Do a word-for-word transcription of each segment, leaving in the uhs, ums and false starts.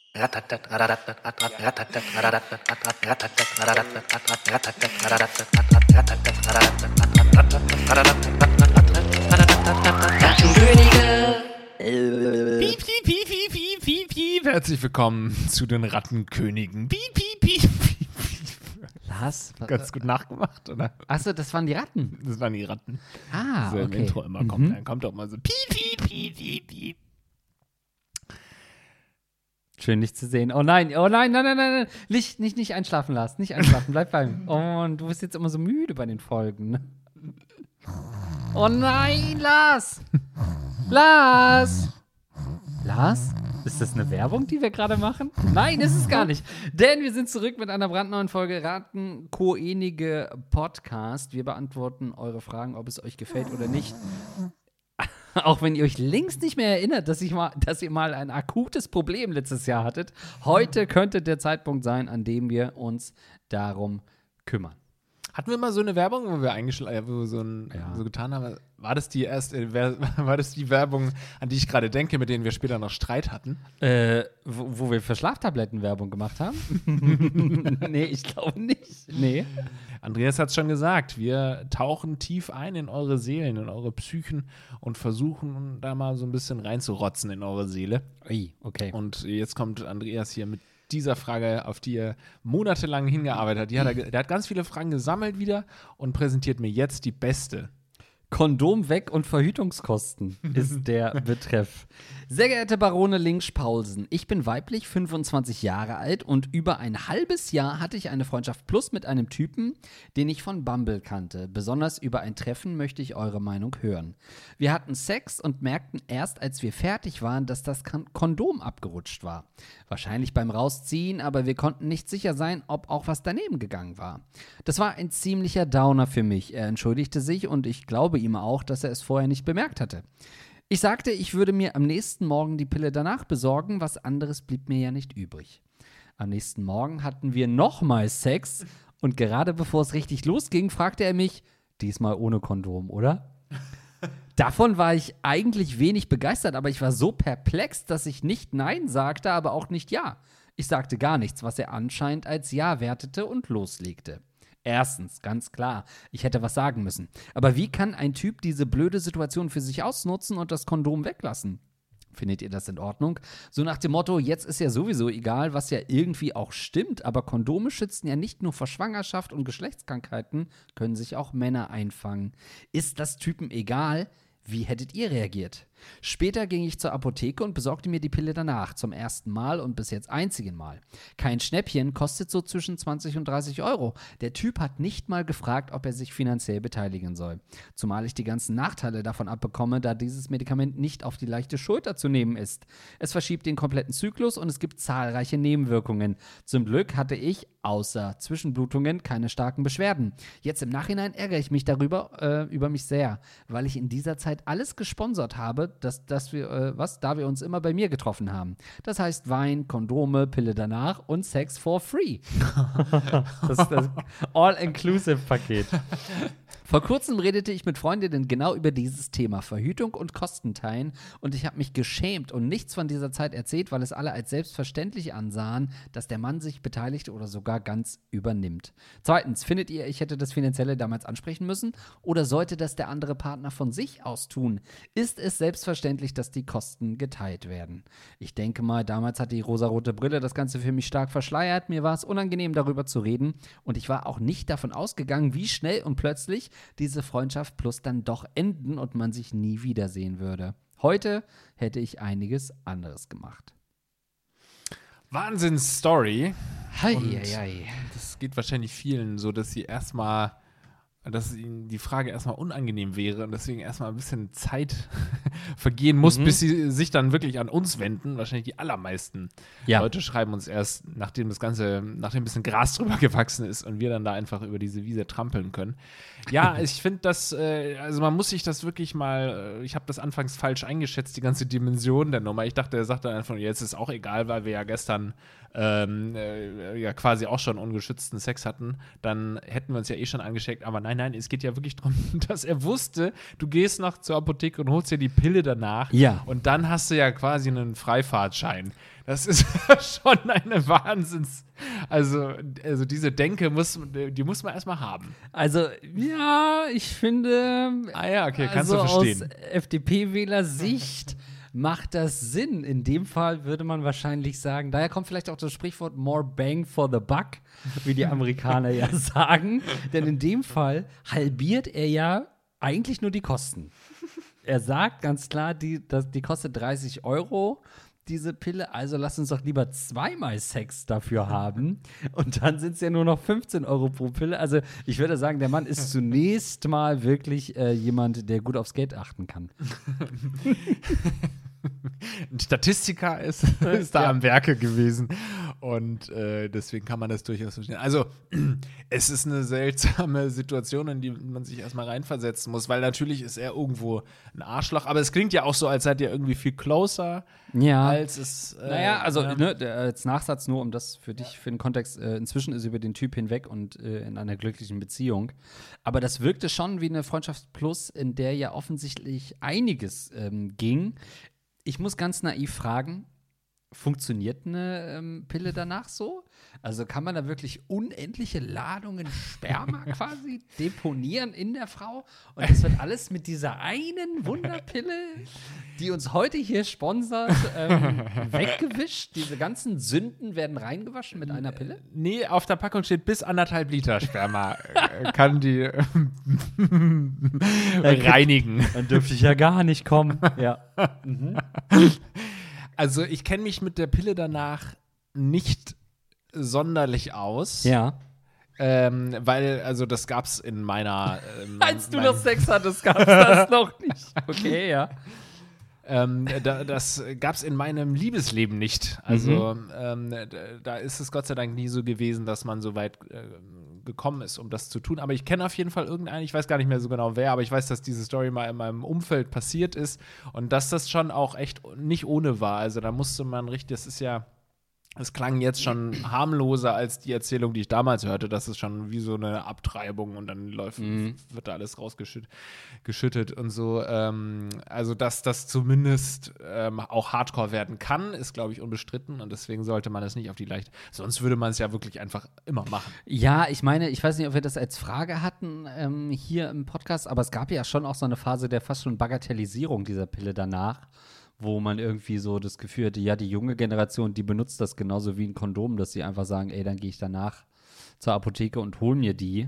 Piep, piep, piep, piep, piep, piep, piep. Herzlich willkommen zu den Rattenkönigen. Piep, piep, piep, piep. Lars? Ganz gut nachgemacht, oder? Achso, das waren die Ratten. Das waren die Ratten. Ah, so okay. im Intro immer kommt. Mhm. Dann kommt auch mal so piep, piep, piep, piep, piep. Schön, dich zu sehen. Oh nein, oh nein, nein, nein, nein, nein. Nicht, nicht, nicht einschlafen, Lars. Nicht einschlafen, bleib bei mir. Oh, und du bist jetzt immer so müde bei den Folgen, ne? Oh nein, Lars! Lars! Lars? Ist das eine Werbung, die wir gerade machen? Nein, ist es gar nicht. Denn wir sind zurück mit einer brandneuen Folge Rattenkoenige Podcast. Wir beantworten eure Fragen, ob es euch gefällt oder nicht. Auch wenn ihr euch längst nicht mehr erinnert, dass, ich mal, dass ihr mal ein akutes Problem letztes Jahr hattet. Heute könnte der Zeitpunkt sein, an dem wir uns darum kümmern. Hatten wir mal so eine Werbung, wo wir eingeschlagen, wo wir so, ein, Ja. so getan haben? War das die erste, war das die Werbung, an die ich gerade denke, mit denen wir später noch Streit hatten? Äh, wo, wo wir für Schlaftabletten Werbung gemacht haben? Nee, ich glaube nicht. Nee. Andreas hat es schon gesagt, wir tauchen tief ein in eure Seelen, in eure Psychen und versuchen da mal so ein bisschen reinzurotzen in eure Seele. Ui, okay. Und jetzt kommt Andreas hier mit dieser Frage, auf die er monatelang hingearbeitet hat. Die hat er, ge- der hat ganz viele Fragen gesammelt wieder und präsentiert mir jetzt die beste. Kondom weg und Verhütungskosten ist der Betreff. Sehr geehrte Barone Links-Paulsen, ich bin weiblich, fünfundzwanzig Jahre alt und über ein halbes Jahr hatte ich eine Freundschaft plus mit einem Typen, den ich von Bumble kannte. Besonders über ein Treffen möchte ich eure Meinung hören. Wir hatten Sex und merkten erst, als wir fertig waren, dass das Kon- Kondom abgerutscht war. Wahrscheinlich beim Rausziehen, aber wir konnten nicht sicher sein, ob auch was daneben gegangen war. Das war ein ziemlicher Downer für mich. Er entschuldigte sich und ich glaube ihm auch, dass er es vorher nicht bemerkt hatte. Ich sagte, ich würde mir am nächsten Morgen die Pille danach besorgen, was anderes blieb mir ja nicht übrig. Am nächsten Morgen hatten wir nochmal Sex und gerade bevor es richtig losging, fragte er mich, diesmal ohne Kondom, oder? Davon war ich eigentlich wenig begeistert, aber ich war so perplex, dass ich nicht Nein sagte, aber auch nicht Ja. Ich sagte gar nichts, was er anscheinend als Ja wertete und loslegte. Erstens, ganz klar, ich hätte was sagen müssen. Aber wie kann ein Typ diese blöde Situation für sich ausnutzen und das Kondom weglassen? Findet ihr das in Ordnung? So nach dem Motto, jetzt ist ja sowieso egal, was ja irgendwie auch stimmt, aber Kondome schützen ja nicht nur vor Schwangerschaft und Geschlechtskrankheiten, können sich auch Männer einfangen. Ist das Typen egal? Wie hättet ihr reagiert? Später ging ich zur Apotheke und besorgte mir die Pille danach, zum ersten Mal und bis jetzt einzigen Mal. Kein Schnäppchen, kostet so zwischen zwanzig und dreißig Euro. Der Typ hat nicht mal gefragt, ob er sich finanziell beteiligen soll. Zumal ich die ganzen Nachteile davon abbekomme, da dieses Medikament nicht auf die leichte Schulter zu nehmen ist. Es verschiebt den kompletten Zyklus und es gibt zahlreiche Nebenwirkungen. Zum Glück hatte ich, außer Zwischenblutungen, keine starken Beschwerden. Jetzt im Nachhinein ärgere ich mich darüber, äh, über mich sehr, weil ich in dieser Zeit alles gesponsert habe, dass, dass wir, äh, was, da wir uns immer bei mir getroffen haben. Das heißt Wein, Kondome, Pille danach und Sex for free. Das ist das All-Inclusive-Paket. Vor kurzem redete ich mit Freundinnen genau über dieses Thema Verhütung und Kostenteilen und ich habe mich geschämt und nichts von dieser Zeit erzählt, weil es alle als selbstverständlich ansahen, dass der Mann sich beteiligt oder sogar ganz übernimmt. Zweitens, findet ihr, ich hätte das Finanzielle damals ansprechen müssen oder sollte das der andere Partner von sich aus tun? Ist es selbstverständlich, dass die Kosten geteilt werden? Ich denke mal, damals hat die rosarote Brille das Ganze für mich stark verschleiert, mir war es unangenehm darüber zu reden und ich war auch nicht davon ausgegangen, wie schnell und plötzlich diese Freundschaft plus dann doch enden und man sich nie wiedersehen würde. Heute hätte ich einiges anderes gemacht. Wahnsinns-Story. Hei, Und hei, hei. das geht wahrscheinlich vielen so, dass sie erstmal, dass ihnen die Frage erstmal unangenehm wäre und deswegen erstmal ein bisschen Zeit vergehen muss, Mhm. bis sie sich dann wirklich an uns wenden. Wahrscheinlich die allermeisten Ja. Leute schreiben uns erst, nachdem das Ganze, nachdem ein bisschen Gras drüber gewachsen ist und wir dann da einfach über diese Wiese trampeln können. Ja, ich finde das, äh, also man muss sich das wirklich mal, äh, ich habe das anfangs falsch eingeschätzt, die ganze Dimension der Nummer. Ich dachte, er sagt dann einfach, jetzt ist auch egal, weil wir ja gestern ähm, äh, ja quasi auch schon ungeschützten Sex hatten. Dann hätten wir uns ja eh schon angesteckt. Aber nein, nein, es geht ja wirklich darum, dass er wusste, du gehst noch zur Apotheke und holst dir die Pille Pille danach. Ja. Und dann hast du ja quasi einen Freifahrtschein. Das ist schon eine Wahnsinns. Also, also diese Denke muss, die muss man erstmal haben. Also, ja, ich finde. Ah ja, okay, kannst also du verstehen. Aus F D P-Wähler-Sicht macht das Sinn. In dem Fall würde man wahrscheinlich sagen, daher kommt vielleicht auch das Sprichwort more bang for the buck, wie die Amerikaner ja sagen. Denn in dem Fall halbiert er ja eigentlich nur die Kosten. Er sagt ganz klar, die, das, die kostet dreißig Euro, diese Pille. Also lass uns doch lieber zweimal Sex dafür haben. Und dann sind es ja nur noch fünfzehn Euro pro Pille. Also ich würde sagen, der Mann ist zunächst mal wirklich äh, jemand, der gut aufs Geld achten kann. Ein Statistiker ist, ist da Ja. am Werke gewesen und äh, deswegen kann man das durchaus verstehen. Also es ist eine seltsame Situation, in die man sich erstmal reinversetzen muss, weil natürlich ist er irgendwo ein Arschloch, aber es klingt ja auch so, als seid ihr irgendwie viel closer, Ja. als es äh, Naja, also ja. ne, der, als Nachsatz nur, um das für dich, für den Kontext, äh, inzwischen ist er über den Typ hinweg und äh, in einer glücklichen Beziehung. Aber das wirkte schon wie eine Freundschaft Plus, in der ja offensichtlich einiges ähm, ging. Ich muss ganz naiv fragen, funktioniert eine ähm, Pille danach so? Also kann man da wirklich unendliche Ladungen Sperma quasi deponieren in der Frau? Und das wird alles mit dieser einen Wunderpille, die uns heute hier sponsert, ähm, weggewischt? Diese ganzen Sünden werden reingewaschen mit einer Pille? Nee, auf der Packung steht bis anderthalb Liter Sperma äh, kann die äh, reinigen. Dann dürfte ich ja gar nicht kommen. Ja. Also ich kenne mich mit der Pille danach nicht sonderlich aus. Ja. Ähm, weil, also das gab's in meiner ähm, Als du mein- noch Sex hattest, gab es das noch nicht. Okay, ja. Ähm, da, das gab's in meinem Liebesleben nicht. Also ähm, da, da ist es Gott sei Dank nie so gewesen, dass man so weit äh, gekommen ist, um das zu tun. Aber ich kenne auf jeden Fall irgendeinen, ich weiß gar nicht mehr so genau wer, aber ich weiß, dass diese Story mal in meinem Umfeld passiert ist und dass das schon auch echt nicht ohne war. Also da musste man richtig, das ist ja, es klang jetzt schon harmloser als die Erzählung, die ich damals hörte. Das ist schon wie so eine Abtreibung und dann läuft, Mhm. wird da alles rausgeschüttet geschüttet und so. Ähm, also, dass das zumindest ähm, auch Hardcore werden kann, ist, glaube ich, unbestritten und deswegen sollte man das nicht auf die leichte. Sonst würde man es ja wirklich einfach immer machen. Ja, ich meine, ich weiß nicht, ob wir das als Frage hatten ähm, hier im Podcast, aber es gab ja schon auch so eine Phase der fast schon Bagatellisierung dieser Pille danach, wo man irgendwie so das Gefühl hatte, ja, die junge Generation, die benutzt das genauso wie ein Kondom, dass sie einfach sagen, ey, dann gehe ich danach zur Apotheke und hol mir die.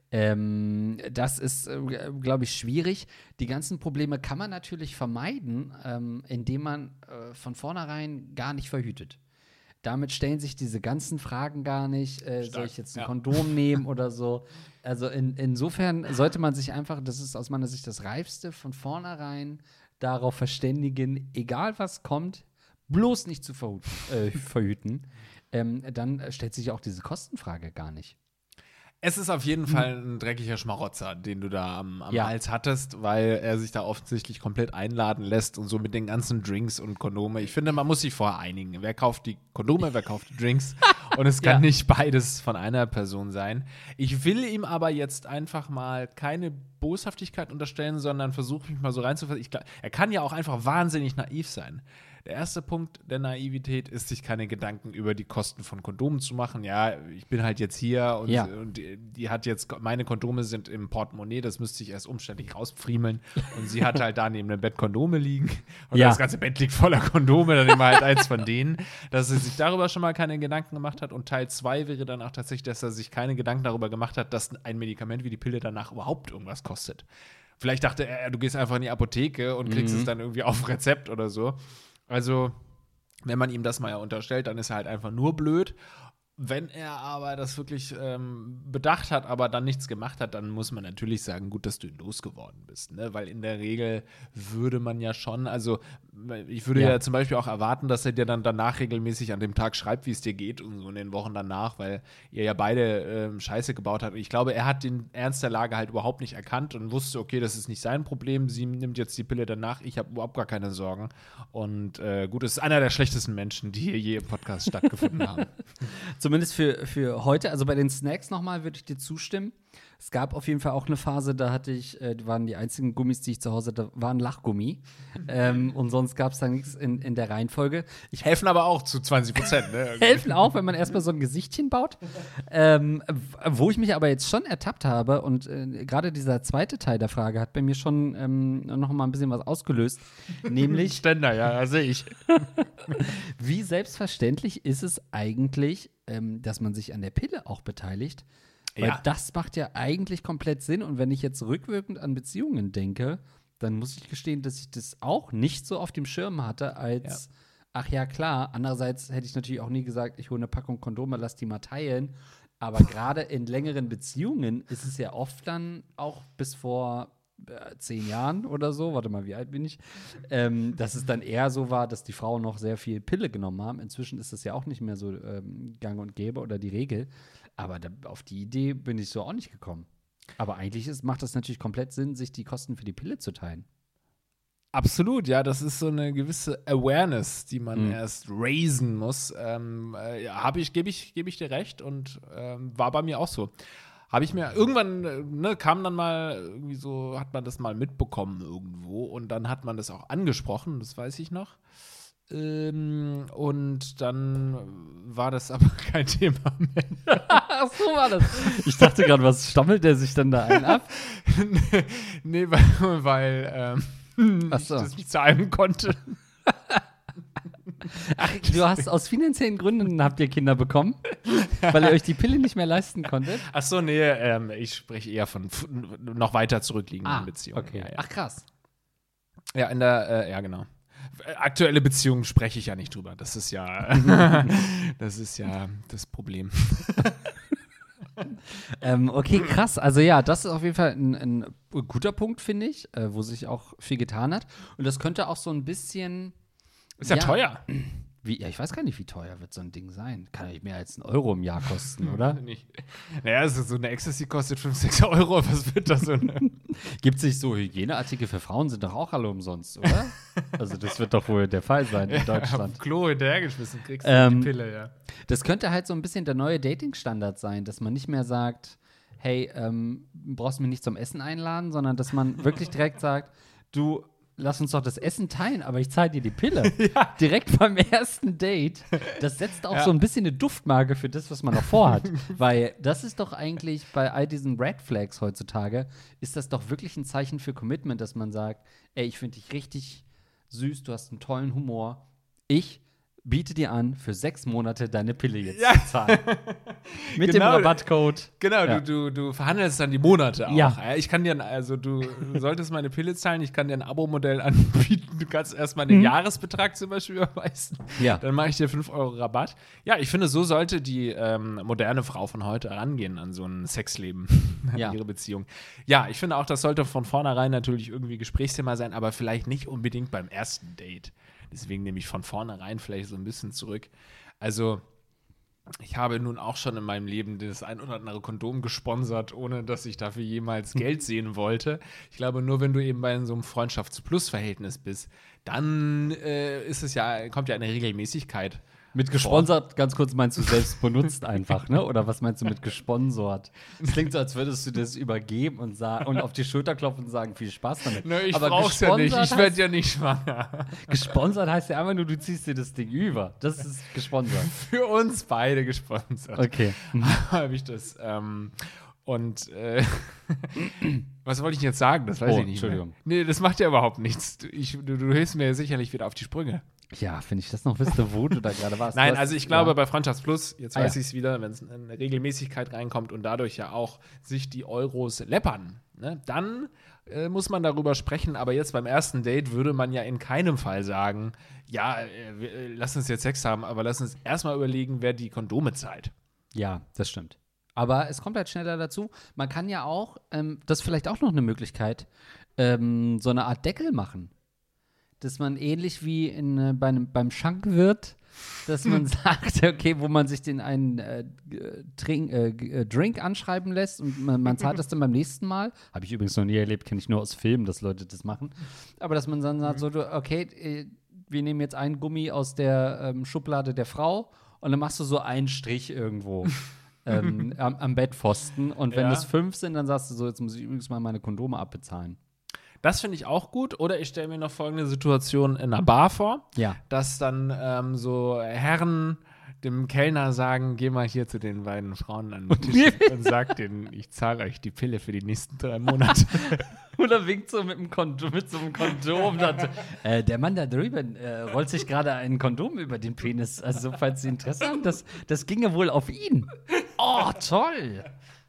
Ähm, das ist, äh, glaube ich, schwierig. Die ganzen Probleme kann man natürlich vermeiden, ähm, indem man äh, von vornherein gar nicht verhütet. Damit stellen sich diese ganzen Fragen gar nicht. Äh, soll ich jetzt ein ja. Kondom nehmen oder so? Also in, insofern sollte man sich einfach, das ist aus meiner Sicht das Reifste, von vornherein darauf verständigen, egal was kommt, bloß nicht zu verhut, äh, verhüten. Ähm, dann stellt sich auch diese Kostenfrage gar nicht. Es ist auf jeden Fall ein dreckiger Schmarotzer, den du da am, am Ja. Hals hattest, weil er sich da offensichtlich komplett einladen lässt und so mit den ganzen Drinks und Kondome. Ich finde, man muss sich vorher einigen. Wer kauft die Kondome, wer kauft die Drinks? Und es kann Ja. nicht beides von einer Person sein. Ich will ihm aber jetzt einfach mal keine Boshaftigkeit unterstellen, sondern versuche mich mal so reinzufassen. Ich glaub, er kann ja auch einfach wahnsinnig naiv sein. Der erste Punkt der Naivität ist, sich keine Gedanken über die Kosten von Kondomen zu machen. Ja, ich bin halt jetzt hier und, Ja. und die, die hat jetzt, meine Kondome sind im Portemonnaie, das müsste ich erst umständlich rauspfriemeln. Und sie hat halt da neben dem Bett Kondome liegen. Und Ja. das ganze Bett liegt voller Kondome, dann nehmen wir halt eins von denen. Dass er sich darüber schon mal keine Gedanken gemacht hat. Und Teil zwei wäre dann auch tatsächlich, dass er sich keine Gedanken darüber gemacht hat, dass ein Medikament wie die Pille danach überhaupt irgendwas kostet. Vielleicht dachte er, du gehst einfach in die Apotheke und kriegst Mhm. es dann irgendwie auf Rezept oder so. Also, wenn man ihm das mal ja unterstellt, dann ist er halt einfach nur blöd. Wenn er aber das wirklich ähm, bedacht hat, aber dann nichts gemacht hat, dann muss man natürlich sagen, gut, dass du ihn losgeworden bist. Ne? Weil in der Regel würde man ja schon, also ich würde ja. Ja. zum Beispiel auch erwarten, dass er dir dann danach regelmäßig an dem Tag schreibt, wie es dir geht und so in den Wochen danach, weil ihr ja beide ähm, Scheiße gebaut habt. Und ich glaube, er hat den Ernst der Lage halt überhaupt nicht erkannt und wusste, okay, das ist nicht sein Problem, sie nimmt jetzt die Pille danach, ich habe überhaupt gar keine Sorgen. Und äh, gut, es ist einer der schlechtesten Menschen, die hier je im Podcast stattgefunden haben. Zum Zumindest für, für heute. Also bei den Snacks nochmal würde ich dir zustimmen. Es gab auf jeden Fall auch eine Phase, da hatte ich, äh, die waren die einzigen Gummis, die ich zu Hause hatte, waren Lachgummi. ähm, und sonst gab es da nichts in, in der Reihenfolge. Ich helfen aber auch zu zwanzig Prozent, ne? Helfen auch, wenn man erstmal so ein Gesichtchen baut. Ähm, wo ich mich aber jetzt schon ertappt habe und äh, gerade dieser zweite Teil der Frage hat bei mir schon ähm, noch mal ein bisschen was ausgelöst. Nämlich Ständer, ja, sehe ich. Wie selbstverständlich ist es eigentlich, ähm, dass man sich an der Pille auch beteiligt? Weil Ja. das macht ja eigentlich komplett Sinn. Und wenn ich jetzt rückwirkend an Beziehungen denke, dann muss ich gestehen, dass ich das auch nicht so auf dem Schirm hatte, als, ja. ach ja, klar. Andererseits hätte ich natürlich auch nie gesagt, ich hole eine Packung Kondome, lass die mal teilen. Aber gerade in längeren Beziehungen ist es ja oft dann auch bis vor äh, zehn Jahren oder so, warte mal, wie alt bin ich, ähm, dass es dann eher so war, dass die Frauen noch sehr viel Pille genommen haben. Inzwischen ist das ja auch nicht mehr so ähm, gang und gäbe oder die Regel. Aber da, auf die Idee bin ich so auch nicht gekommen. Aber eigentlich ist, macht das natürlich komplett Sinn, sich die Kosten für die Pille zu teilen. Absolut, ja, das ist so eine gewisse Awareness, die man Mhm. erst raisen muss. Ähm, äh, ja, habe ich, gebe ich, gebe ich dir recht und ähm, war bei mir auch so. Habe ich mir irgendwann, äh, ne, kam dann mal irgendwie so, hat man das mal mitbekommen irgendwo und dann hat man das auch angesprochen, das weiß ich noch. Ähm, und dann war das aber kein Thema mehr. Ach, so war das. Ich dachte gerade, was stammelt der sich dann da ein ab? nee, weil, weil ähm, Ach ich so. das nicht zahlen konnte. Ach, du hast aus finanziellen Gründen habt ihr Kinder bekommen, weil ihr euch die Pille nicht mehr leisten konntet? Ach so, nee, ähm, ich spreche eher von f- noch weiter zurückliegenden Beziehungen. okay. Ja, ja. Ach, krass. ja, in der, äh, ja, genau. Aktuelle Beziehungen spreche ich ja nicht drüber. Das ist ja, das ist ja das Problem. Ähm, okay, krass. Also ja, das ist auf jeden Fall ein, ein guter Punkt, finde ich, äh, wo sich auch viel getan hat. Und das könnte auch so ein bisschen Ist ja, Ja. teuer. Wie, ja, ich weiß gar nicht, wie teuer wird so ein Ding sein. Kann ja nicht mehr als einen Euro im Jahr kosten, oder? Nicht. Naja, also so eine Ecstasy kostet fünf, sechs Euro. Was wird das so? Eine? Gibt es nicht so Hygieneartikel für Frauen, sind doch auch alle umsonst, oder? Also das wird doch wohl der Fall sein in Auf Deutschland. dem Klo hinterhergeschmissen kriegst du Ähm, die Pille, ja. Das könnte halt so ein bisschen der neue Dating-Standard sein, dass man nicht mehr sagt, hey, ähm, brauchst du mich nicht zum Essen einladen, sondern dass man wirklich direkt sagt, du, lass uns doch das Essen teilen, aber ich zahle dir die Pille. Ja. Direkt beim ersten Date. Das setzt auch Ja. so ein bisschen eine Duftmarke für das, was man noch vorhat. Weil das ist doch eigentlich bei all diesen Red Flags heutzutage, ist das doch wirklich ein Zeichen für Commitment, dass man sagt, ey, ich finde dich richtig süß, du hast einen tollen Humor. Ich biete dir an, für sechs Monate deine Pille jetzt Ja. zu zahlen. Mit Genau. dem Rabattcode. Genau, Ja. du, du, du verhandelst dann die Monate auch. Ja. Ich kann dir, ein- also du, du solltest meine Pille zahlen, ich kann dir ein Abo-Modell anbieten. Du kannst erstmal den Mhm. Jahresbetrag zum Beispiel überweisen. Ja. Dann mache ich dir fünf Euro Rabatt. Ja, ich finde, so sollte die ähm, moderne Frau von heute rangehen an so ein Sexleben, an Ja. ihre Beziehung. Ja, ich finde auch, das sollte von vornherein natürlich irgendwie Gesprächsthema sein, aber vielleicht nicht unbedingt beim ersten Date. Deswegen nehme ich von vornherein vielleicht so ein bisschen zurück. Also, ich habe nun auch schon in meinem Leben das ein oder andere Kondom gesponsert, ohne dass ich dafür jemals Geld sehen wollte. Ich glaube, nur wenn du eben bei so einem Freundschafts-Plus-Verhältnis bist, dann äh, ist es ja, kommt ja eine Regelmäßigkeit. Mit gesponsert, ganz kurz, meinst du selbst benutzt einfach, ne? Oder was meinst du mit gesponsert? Es klingt so, als würdest du das übergeben und, sa- und auf die Schulter klopfen und sagen, viel Spaß damit. Ne, ich Aber brauch's ja nicht, ich gesponsert werde ja nicht schwanger. heißt- Gesponsert heißt ja einfach nur, du ziehst dir das Ding über. Das ist gesponsert. Für uns beide gesponsert. Okay. Habe ich das. Ähm, und äh, was wollte ich jetzt sagen? Das weiß Oh, ich nicht. Entschuldigung. Mehr. Nee, das macht ja überhaupt nichts. Du, ich, du, du hilfst mir sicherlich wieder auf die Sprünge. Ja, wenn ich das noch wüsste, wo du da gerade warst. Nein, Du hast- also ich glaube, ja. bei Freundschafts Plus, jetzt Ah, weiß ja. ich es wieder, wenn es eine Regelmäßigkeit reinkommt und dadurch ja auch sich die Euros läppern, ne, dann äh, muss man darüber sprechen. Aber jetzt beim ersten Date würde man ja in keinem Fall sagen, ja, äh, wir, äh, lass uns jetzt Sex haben, aber lass uns erstmal überlegen, wer die Kondome zahlt. Ja, das stimmt. Aber es kommt halt schneller dazu. Man kann ja auch, ähm, das ist vielleicht auch noch eine Möglichkeit, ähm, so eine Art Deckel machen. Dass man ähnlich wie in, äh, bei einem, beim Schankwirt, dass man sagt, okay, wo man sich den einen äh, g- Trink, äh, g- äh, Drink anschreiben lässt und man, man zahlt das dann beim nächsten Mal. Habe ich übrigens noch nie erlebt, kenne ich nur aus Filmen, dass Leute das machen. Aber dass man dann sagt, so, du, okay, äh, wir nehmen jetzt einen Gummi aus der ähm, Schublade der Frau und dann machst du so einen Strich irgendwo ähm, am, am Bettpfosten. Und wenn Ja. es fünf sind, dann sagst du so, jetzt muss ich übrigens mal meine Kondome abbezahlen. Das finde ich auch gut. Oder ich stelle mir noch folgende Situation in einer Bar vor, Ja. dass dann ähm, so Herren dem Kellner sagen, geh mal hier zu den beiden Frauen an den Tisch und sag denen, ich zahle euch die Pille für die nächsten drei Monate. Oder winkt so mit, dem Kondom, mit so einem Kondom. Dann, äh, der Mann da drüben äh, rollt sich gerade ein Kondom über den Penis. Also, falls Sie Interesse haben, das, das ginge wohl auf ihn. Oh, toll.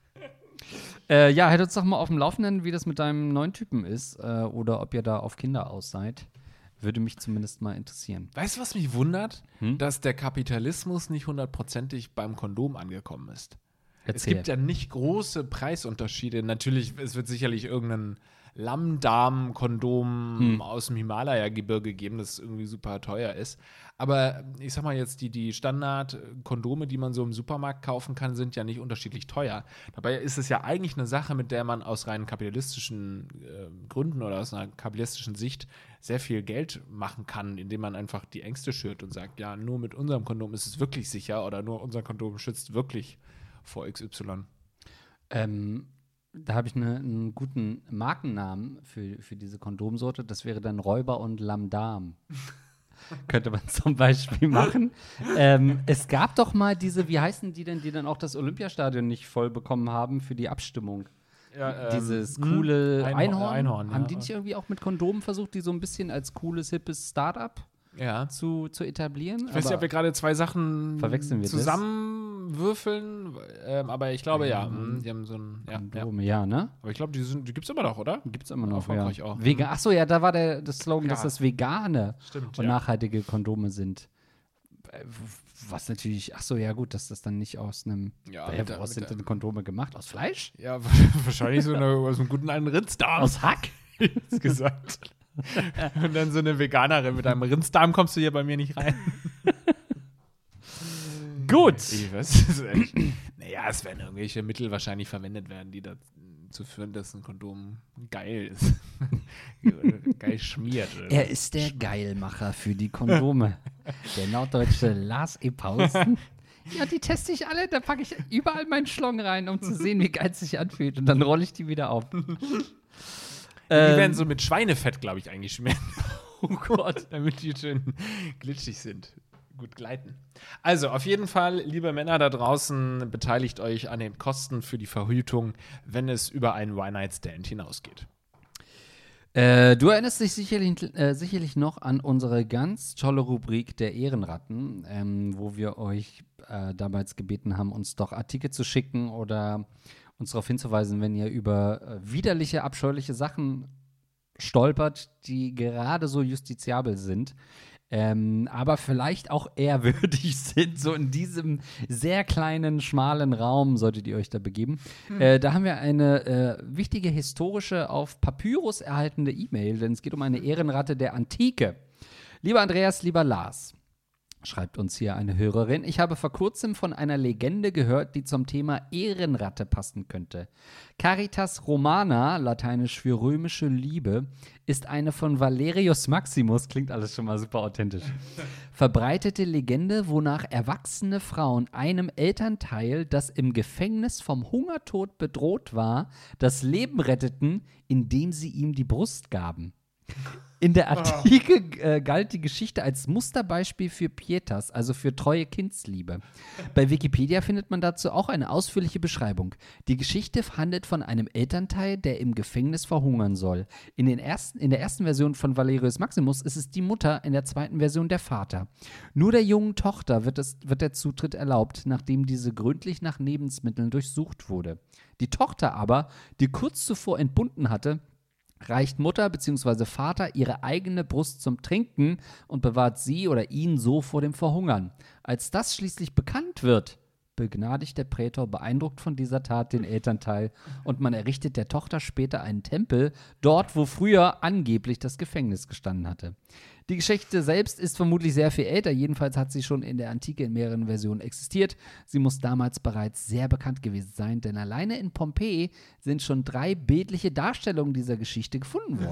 Äh, ja, hätte uns doch mal auf dem Laufenden, wie das mit deinem neuen Typen ist. Äh, oder ob ihr da auf Kinder aus seid. Würde mich zumindest mal interessieren. Weißt du, was mich wundert? Hm? Dass der Kapitalismus nicht hundertprozentig beim Kondom angekommen ist. Es Erzähl. gibt ja nicht große Preisunterschiede. Natürlich, es wird sicherlich irgendein Lammdarm-Kondom Hm. aus dem Himalaya-Gebirge geben, das irgendwie super teuer ist. Aber ich sag mal jetzt, die, die Standard-Kondome, die man so im Supermarkt kaufen kann, sind ja nicht unterschiedlich teuer. Dabei ist es ja eigentlich eine Sache, mit der man aus rein kapitalistischen äh, Gründen oder aus einer kapitalistischen Sicht sehr viel Geld machen kann, indem man einfach die Ängste schürt und sagt, ja, nur mit unserem Kondom ist es wirklich sicher oder nur unser Kondom schützt wirklich vor X Y. Ähm, da habe ich ne, einen guten Markennamen für, für diese Kondomsorte. Das wäre dann Räuber und Lamdam. Könnte man zum Beispiel machen. ähm, es gab doch mal diese, wie heißen die denn, die dann auch das Olympiastadion nicht voll bekommen haben für die Abstimmung? Ja, Dieses ähm, coole Einhorn- Einhorn. Einhorn, Haben ja. die nicht irgendwie auch mit Kondomen versucht, die so ein bisschen als cooles, hippes Startup Ja. zu, zu etablieren? Ich weiß nicht, ob wir gerade zwei Sachen Verwechseln wir das? zusammenwürfeln, ähm, aber ich glaube ja. Mhm. mh, Die haben so ein. Ja, ja. Kondome, ja, ne? Aber ich glaube, die, sind- die gibt es immer noch, oder? Gibt's immer noch, ja. Erfolgreich auch. Vega Achso, ja, da war der das Slogan, Ja. dass das vegane Stimmt. und ja. nachhaltige Kondome sind. Äh, Was natürlich, ach so, ja gut, dass das dann nicht aus einem, Ja, äh, mit der- woraus mit sind der- denn Kondome gemacht? Aus Fleisch? Ja, wahrscheinlich so, eine, aus einem guten alten Rindsdarm. Aus Hack? Hast gesagt. Und dann so eine Veganerin mit einem Rindsdarm kommst du hier bei mir nicht rein. Gut. Ich weiß, das ist echt, naja, es werden irgendwelche Mittel wahrscheinlich verwendet werden, die dazu führen, dass ein Kondom geil ist. Geil schmiert. Oder? Er ist der Geilmacher für die Kondome. Der norddeutsche Lars E. Pausten. Ja, die teste ich alle, da packe ich überall meinen Schlong rein, um zu sehen, wie geil es sich anfühlt. Und dann rolle ich die wieder auf. Die Ähm, werden so mit Schweinefett, glaube ich, eingeschmiert. Oh Gott. Damit die schön glitschig sind. Gut gleiten. Also, auf jeden Fall, liebe Männer da draußen, beteiligt euch an den Kosten für die Verhütung, wenn es über einen One-Night-Stand hinausgeht. Äh, du erinnerst dich sicherlich, äh, sicherlich noch an unsere ganz tolle Rubrik der Ehrenratten, ähm, wo wir euch äh, damals gebeten haben, uns doch Artikel zu schicken oder uns darauf hinzuweisen, wenn ihr über äh, widerliche, abscheuliche Sachen stolpert, die gerade so justiziabel sind. Ähm, aber vielleicht auch ehrwürdig sind, so in diesem sehr kleinen, schmalen Raum solltet ihr euch da begeben. Äh, da haben wir eine äh, wichtige historische, auf Papyrus erhaltene E-Mail, denn es geht um eine Ehrenratte der Antike. Lieber Andreas, lieber Lars, schreibt uns hier eine Hörerin, ich habe vor kurzem von einer Legende gehört, die zum Thema Ehrenratte passen könnte. Caritas Romana, lateinisch für römische Liebe, ist eine von Valerius Maximus, klingt alles schon mal super authentisch, verbreitete Legende, wonach erwachsene Frauen einem Elternteil, das im Gefängnis vom Hungertod bedroht war, das Leben retteten, indem sie ihm die Brust gaben. In der Antike äh, galt die Geschichte als Musterbeispiel für Pietas, also für treue Kindsliebe. Bei Wikipedia findet man dazu auch eine ausführliche Beschreibung. Die Geschichte handelt von einem Elternteil, der im Gefängnis verhungern soll. In, den ersten, in der ersten Version von Valerius Maximus ist es die Mutter, in der zweiten Version der Vater. Nur der jungen Tochter wird, es, wird der Zutritt erlaubt, nachdem diese gründlich nach Lebensmitteln durchsucht wurde. Die Tochter aber, die kurz zuvor entbunden hatte, reicht Mutter bzw. Vater ihre eigene Brust zum Trinken und bewahrt sie oder ihn so vor dem Verhungern. Als das schließlich bekannt wird, begnadigt der Prätor beeindruckt von dieser Tat den Elternteil und man errichtet der Tochter später einen Tempel, dort, wo früher angeblich das Gefängnis gestanden hatte. Die Geschichte selbst ist vermutlich sehr viel älter, jedenfalls hat sie schon in der Antike in mehreren Versionen existiert. Sie muss damals bereits sehr bekannt gewesen sein, denn alleine in Pompeji sind schon drei bildliche Darstellungen dieser Geschichte gefunden worden.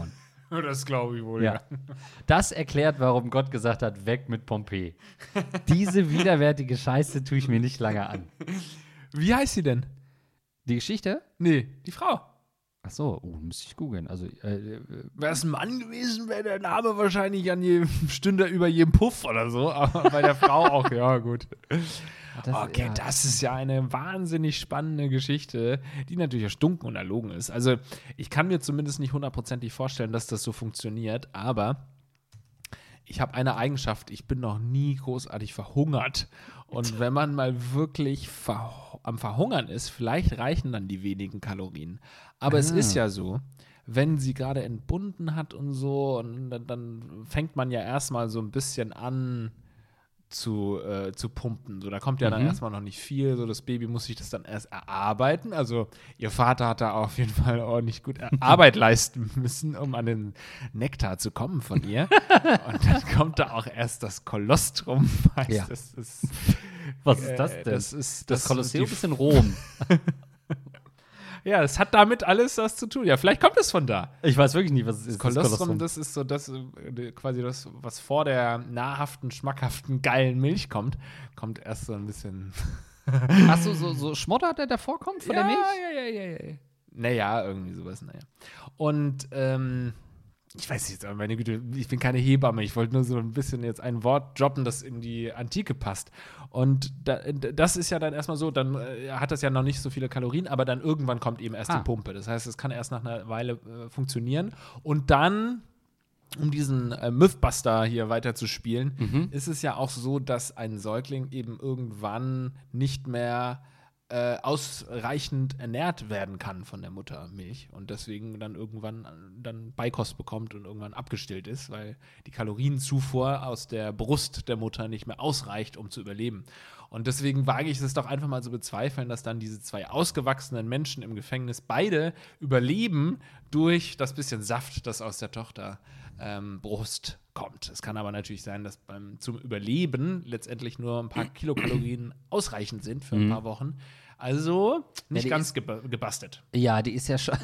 Das glaube ich wohl, Ja. ja. Das erklärt, warum Gott gesagt hat, weg mit Pompeji. Diese widerwärtige Scheiße tue ich mir nicht lange an. Wie heißt sie denn? Die Geschichte? Nee, die Frau. Ach so, oh, müsste ich googeln. Also, äh, äh, Wäre es ein Mann gewesen, wäre der Name wahrscheinlich an jedem Stünde über jedem Puff oder so. Aber bei der Frau auch, ja, gut. das, Okay, ja. das ist ja eine wahnsinnig spannende Geschichte, die natürlich erstunken und erlogen ist. Also, ich kann mir zumindest nicht hundertprozentig vorstellen, dass das so funktioniert, aber ich habe eine Eigenschaft, ich bin noch nie großartig verhungert. Und wenn man mal wirklich ver- am Verhungern ist, vielleicht reichen dann die wenigen Kalorien. Aber Ah. es ist ja so, wenn sie gerade entbunden hat und so, und dann, dann fängt man ja erstmal so ein bisschen an zu, äh, zu pumpen. So, da kommt ja dann Mhm. erstmal noch nicht viel. So, das Baby muss sich das dann erst erarbeiten. Also ihr Vater hat da auf jeden Fall ordentlich gut Arbeit leisten müssen, um an den Nektar zu kommen von ihr. Und dann kommt da auch erst das Kolostrum. Heißt, Ja. das ist, Was ist das äh, denn? Das ist das Kolosseum die- ist in Rom. Ja, es hat damit alles was zu tun. Ja, vielleicht kommt es von da. Ich weiß wirklich nicht, was es ist. Kolostrum, das ist so das, äh, quasi das, was vor der nahrhaften, schmackhaften, geilen Milch kommt, kommt erst so ein bisschen. Ach so, so, so Schmotter, der davor kommt von ja, der Milch? Ja, ja, ja, ja. Naja, irgendwie sowas, naja. Und, ähm, ich weiß nicht, aber meine Güte, ich bin keine Hebamme. Ich wollte nur so ein bisschen jetzt ein Wort droppen, das in die Antike passt. Und da, das ist ja dann erstmal so, dann äh, hat das ja noch nicht so viele Kalorien, aber dann irgendwann kommt eben erst Ah. die Pumpe. Das heißt, es kann erst nach einer Weile äh, funktionieren. Und dann, um diesen äh, Mythbuster hier weiter zu spielen, Mhm. ist es ja auch so, dass ein Säugling eben irgendwann nicht mehr äh, ausreichend ernährt werden kann von der Muttermilch und deswegen dann irgendwann dann Beikost bekommt und irgendwann abgestillt ist, weil die Kalorienzufuhr aus der Brust der Mutter nicht mehr ausreicht, um zu überleben. Und deswegen wage ich es doch einfach mal zu bezweifeln, dass dann diese zwei ausgewachsenen Menschen im Gefängnis beide überleben durch das bisschen Saft, das aus der Tochter ähm, Brust kommt. Es kann aber natürlich sein, dass beim zum Überleben letztendlich nur ein paar Kilokalorien ausreichend sind für ein Mhm. paar Wochen. Also nicht die ganz geba- gebastelt. Ja, die ist ja schon.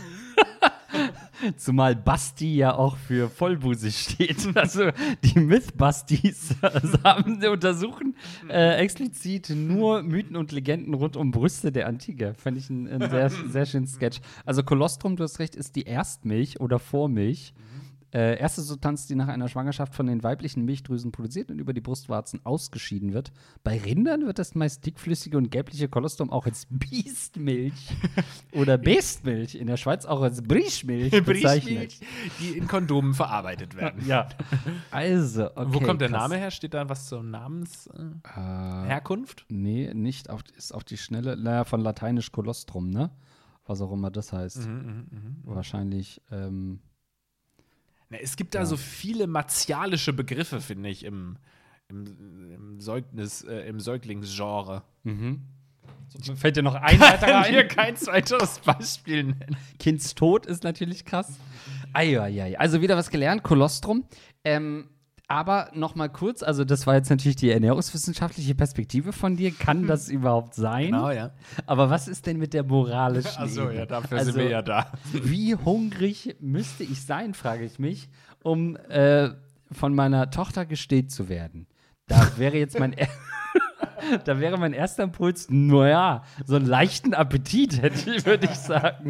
Zumal Basti ja auch für vollbusig steht. Also die Mythbusties haben untersuchen äh, explizit nur Mythen und Legenden rund um Brüste der Antike. Fand ich einen, einen sehr, sehr schönen Sketch. Also Kolostrum, du hast recht, ist die Erstmilch oder Vormilch. Äh, erste Substanz, die nach einer Schwangerschaft von den weiblichen Milchdrüsen produziert und über die Brustwarzen ausgeschieden wird. Bei Rindern wird das meist dickflüssige und gelbliche Kolostrum auch als Biestmilch oder Bestmilch, in der Schweiz auch als Briechmilch bezeichnet. Briechmilch, die in Kondomen verarbeitet werden. Ja. Also, okay. Wo kommt der krass. Name her? Steht da was zur Namensherkunft? Äh, nee, nicht auf, ist auf die Schnelle, naja, von lateinisch Kolostrum, ne? Was auch immer das heißt. Mhm, mhm, mhm. Wahrscheinlich, ähm, Na, es gibt da Ja. so viele martialische Begriffe, finde ich, im, im, im Säugnis, äh, im Säuglingsgenre. mhm. Fällt dir noch ein weiterer Kann mir ein? kein weiteres Beispiel nennen. Kindstod ist natürlich krass. Eieiei. Also wieder was gelernt, Kolostrum. Ähm, aber noch mal kurz, also das war jetzt natürlich die ernährungswissenschaftliche Perspektive von dir. Kann das überhaupt sein? Genau, ja. Aber was ist denn mit der moralischen Achso, Ebene? ja, dafür Also, sind wir ja da. Wie hungrig müsste ich sein, frage ich mich, um äh, von meiner Tochter gestillt zu werden? Da wäre jetzt mein er- Da wäre mein erster Impuls, naja, so einen leichten Appetit hätte ich, würde ich sagen.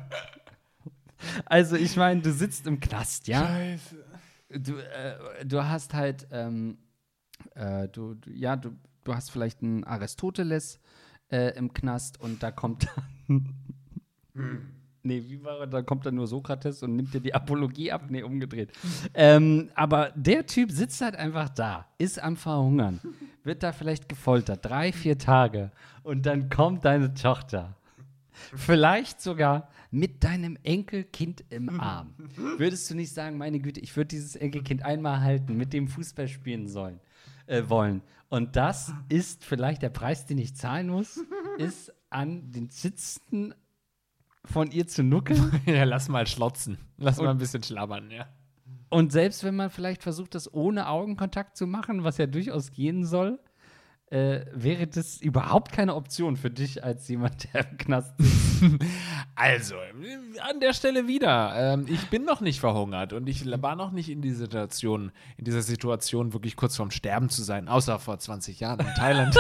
Also, ich meine, du sitzt im Knast, ja? Scheiße. Du, äh, du hast halt, ähm, äh, du, du, ja, du, du hast vielleicht einen Aristoteles äh, im Knast und da kommt dann. Nee, wie war er? Da kommt dann nur Sokrates und nimmt dir die Apologie ab. Nee, umgedreht. ähm, aber der Typ sitzt halt einfach da, ist am Verhungern, wird da vielleicht gefoltert, drei, vier Tage. Und dann kommt deine Tochter. Vielleicht sogar mit deinem Enkelkind im Arm. Würdest du nicht sagen, meine Güte, ich würde dieses Enkelkind einmal halten, mit dem Fußball spielen sollen, äh, wollen. Und das ist vielleicht der Preis, den ich zahlen muss, ist an den Sitzen von ihr zu nuckeln. Ja, lass mal schlotzen. Lass Und- mal ein bisschen schlabbern, ja. Und selbst wenn man vielleicht versucht, das ohne Augenkontakt zu machen, was ja durchaus gehen soll, äh, wäre das überhaupt keine Option für dich als jemand, der im Knast ist. Also, an der Stelle wieder. Ähm, ich bin noch nicht verhungert und ich war noch nicht in, die Situation, in dieser Situation, wirklich kurz vorm Sterben zu sein, außer vor zwanzig Jahren in Thailand.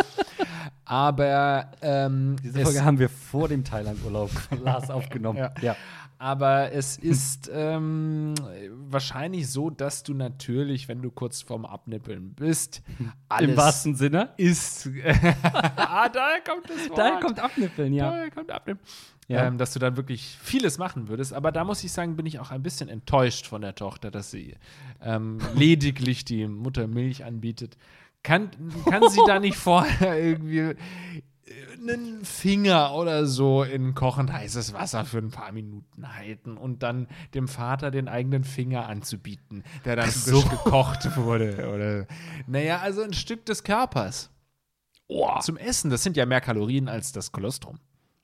Aber ähm, Diese Folge haben wir vor dem Thailand-Urlaub von Lars aufgenommen. Ja. ja. Aber es ist ähm, wahrscheinlich so, dass du natürlich, wenn du kurz vorm Abnippeln bist, alles Im wahrsten Sinne? ist. ah, daher kommt das Wort. Daher kommt Abnippeln, ja. Daher kommt Abnippeln. Ja. Ähm, dass du dann wirklich vieles machen würdest. Aber da muss ich sagen, bin ich auch ein bisschen enttäuscht von der Tochter, dass sie ähm, lediglich die Mutter Milch anbietet. Kann, kann sie da nicht vorher irgendwie einen Finger oder so in kochend heißes Wasser für ein paar Minuten halten und dann dem Vater den eigenen Finger anzubieten, der dann so. frisch gekocht wurde? Oder, naja, also ein Stück des Körpers. Oh. Zum Essen. Das sind ja mehr Kalorien als das Kolostrum.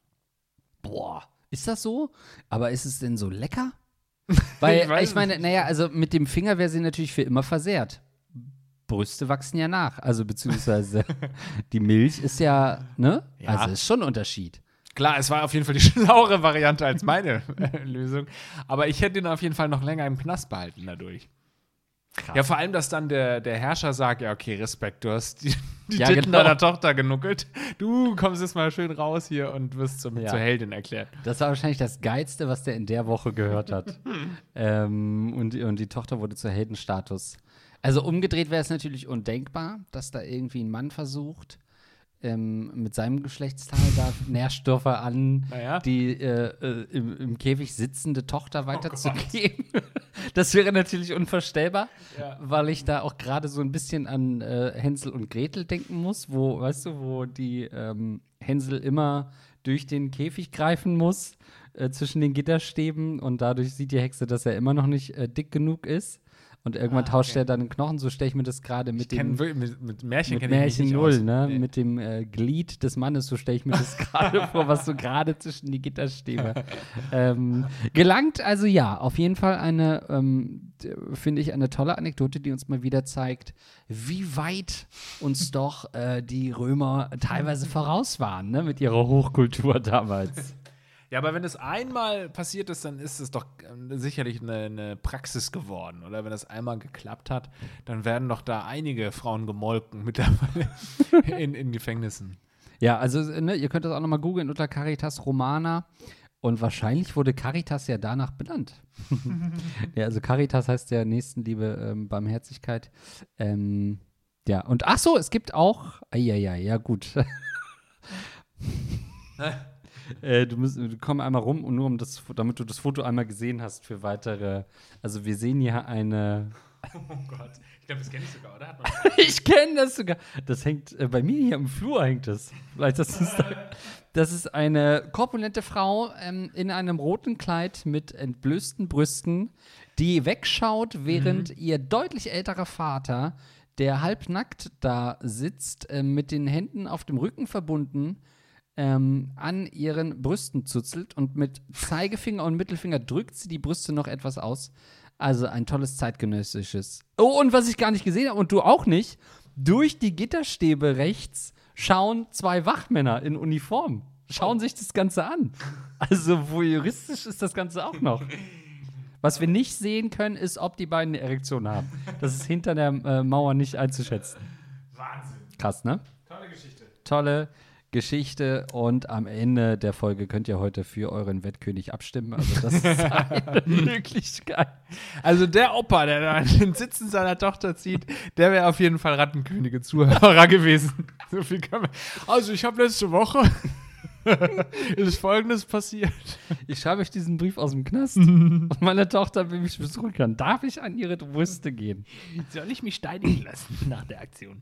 Boah, ist das so? Aber ist es denn so lecker? Weil, ich, ich meine, naja, also mit dem Finger wäre sie natürlich für immer versehrt. Brüste wachsen ja nach. Also beziehungsweise die Milch ist ja, ne? Ja. Also ist schon ein Unterschied. Klar, es war auf jeden Fall die schlauere Variante als meine äh, Lösung. Aber ich hätte ihn auf jeden Fall noch länger im Knast behalten dadurch. Krass. Ja, vor allem, dass dann der, der Herrscher sagt, ja, okay, Respekt, du hast die, die ja, Titten genau. deiner Tochter genuckelt. Du kommst jetzt mal schön raus hier und wirst zum, Ja. zur Heldin erklärt. Das war wahrscheinlich das Geilste, was der in der Woche gehört hat. ähm, und, und die Tochter wurde zu Heldenstatus. Also umgedreht wäre es natürlich undenkbar, dass da irgendwie ein Mann versucht, ähm, mit seinem Geschlechtsteil da Nährstoffe an Naja. die äh, äh, im, im Käfig sitzende Tochter weiterzugeben. Oh das wäre natürlich unvorstellbar, Ja. weil ich da auch gerade so ein bisschen an äh, Hänsel und Gretel denken muss, wo, weißt du, wo die ähm, Hänsel immer durch den Käfig greifen muss, äh, zwischen den Gitterstäben und dadurch sieht die Hexe, dass er immer noch nicht äh, dick genug ist. Und irgendwann Ah, tauscht okay. er dann den Knochen, so stelle ich mir das gerade mit Ich kenn dem wirklich- mit, mit Märchen mit kenne ich Märchen mich nicht null, aus. ne? Nee. Mit dem äh, Glied des Mannes, so stelle ich mir das gerade vor, was so gerade zwischen die Gitterstäbe ähm, gelangt. Also ja, auf jeden Fall eine, ähm, d- finde ich, eine tolle Anekdote, die uns mal wieder zeigt, wie weit uns doch äh, die Römer teilweise voraus waren, ne? Mit ihrer Hochkultur damals. Ja, aber wenn es einmal passiert ist, dann ist es doch ähm, sicherlich eine, eine Praxis geworden. Oder wenn es einmal geklappt hat, dann werden doch da einige Frauen gemolken mittlerweile in, in Gefängnissen. Ja, also ne, ihr könnt das auch nochmal googeln unter Caritas Romana. Und wahrscheinlich wurde Caritas ja danach benannt. ja, also Caritas heißt ja Nächstenliebe, ähm, Barmherzigkeit. Ähm, ja, und ach so, es gibt auch, ja, ja, ja, gut. äh, du musst, du komm einmal rum und nur um das, damit du das Foto einmal gesehen hast für weitere. Also wir sehen hier eine. Oh Gott, ich glaube, das kenne ich sogar, oder? Hat man Ich kenne das sogar. Das hängt äh, bei mir hier im Flur hängt das. Vielleicht das ist, das ist eine korpulente Frau ähm, in einem roten Kleid mit entblößten Brüsten, die wegschaut, während ihr deutlich älterer Vater, der halbnackt da sitzt, äh, mit den Händen auf dem Rücken verbunden, ähm, an ihren Brüsten zuzelt und mit Zeigefinger und Mittelfinger drückt sie die Brüste noch etwas aus. Also ein tolles zeitgenössisches. Oh, und was ich gar nicht gesehen habe und du auch nicht, durch die Gitterstäbe rechts schauen zwei Wachmänner in Uniform. Schauen sich das Ganze an. Also voyeuristisch ist das Ganze auch noch. Was wir nicht sehen können, ist, ob die beiden eine Erektion haben. Das ist hinter der äh, Mauer nicht einzuschätzen. Wahnsinn. Krass, ne? Tolle Geschichte. Tolle Geschichte und am Ende der Folge könnt ihr heute für euren Wettkönig abstimmen. Also das ist eine Möglichkeit. Also der Opa, der da den Sitzen seiner Tochter zieht, der wäre auf jeden Fall Rattenkönige-Zuhörer gewesen. So viel kann man. Also ich habe letzte Woche ist Folgendes passiert. Ich schreibe euch diesen Brief aus dem Knast und meine Tochter will mich besuchen. Darf ich an ihre Brüste gehen? Soll ich mich steinigen lassen nach der Aktion?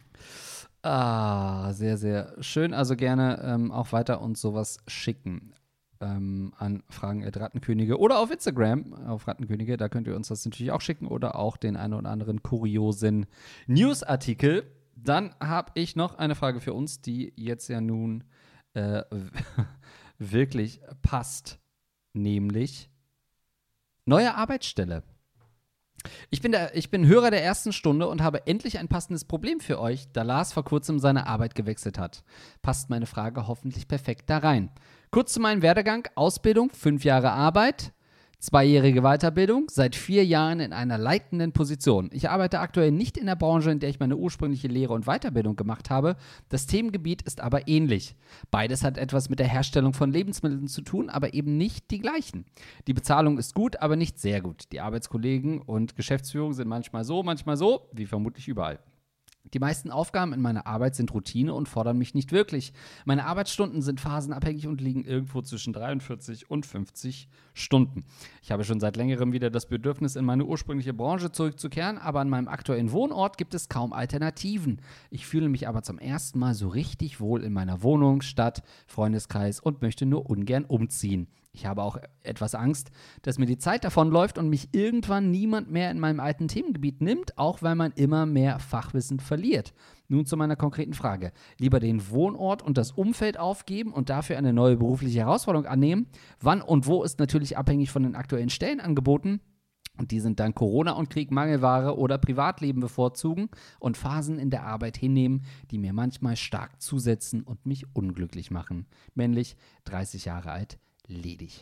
Ah, sehr, sehr schön. Also gerne ähm, auch weiter uns sowas schicken ähm, an Fragen at Rattenkönige oder auf Instagram auf Rattenkönige. Da könnt ihr uns das natürlich auch schicken oder auch den einen oder anderen kuriosen Newsartikel. Dann habe ich noch eine Frage für uns, die jetzt ja nun äh, wirklich passt. Nämlich neue Arbeitsstelle. Ich bin, der, ich bin Hörer der ersten Stunde und habe endlich ein passendes Problem für euch, da Lars vor kurzem seine Arbeit gewechselt hat. Passt meine Frage hoffentlich perfekt da rein. Kurz zu meinem Werdegang: Ausbildung, fünf Jahre Arbeit, zweijährige Weiterbildung, seit vier Jahren in einer leitenden Position. Ich arbeite aktuell nicht in der Branche, in der ich meine ursprüngliche Lehre und Weiterbildung gemacht habe. Das Themengebiet ist aber ähnlich. Beides hat etwas mit der Herstellung von Lebensmitteln zu tun, aber eben nicht die gleichen. Die Bezahlung ist gut, aber nicht sehr gut. Die Arbeitskollegen und Geschäftsführung sind manchmal so, manchmal so, wie vermutlich überall. Die meisten Aufgaben in meiner Arbeit sind Routine und fordern mich nicht wirklich. Meine Arbeitsstunden sind phasenabhängig und liegen irgendwo zwischen dreiundvierzig und fünfzig Stunden. Ich habe schon seit längerem wieder das Bedürfnis, in meine ursprüngliche Branche zurückzukehren, aber an meinem aktuellen Wohnort gibt es kaum Alternativen. Ich fühle mich aber zum ersten Mal so richtig wohl in meiner Wohnung, Stadt, Freundeskreis und möchte nur ungern umziehen. Ich habe auch etwas Angst, dass mir die Zeit davonläuft und mich irgendwann niemand mehr in meinem alten Themengebiet nimmt, auch weil man immer mehr Fachwissen verliert. Nun zu meiner konkreten Frage. Lieber den Wohnort und das Umfeld aufgeben und dafür eine neue berufliche Herausforderung annehmen? Wann und wo ist natürlich abhängig von den aktuellen Stellenangeboten. Und die sind dann Corona und Krieg, Mangelware oder Privatleben bevorzugen und Phasen in der Arbeit hinnehmen, die mir manchmal stark zusetzen und mich unglücklich machen. Männlich, dreißig Jahre alt, ledig.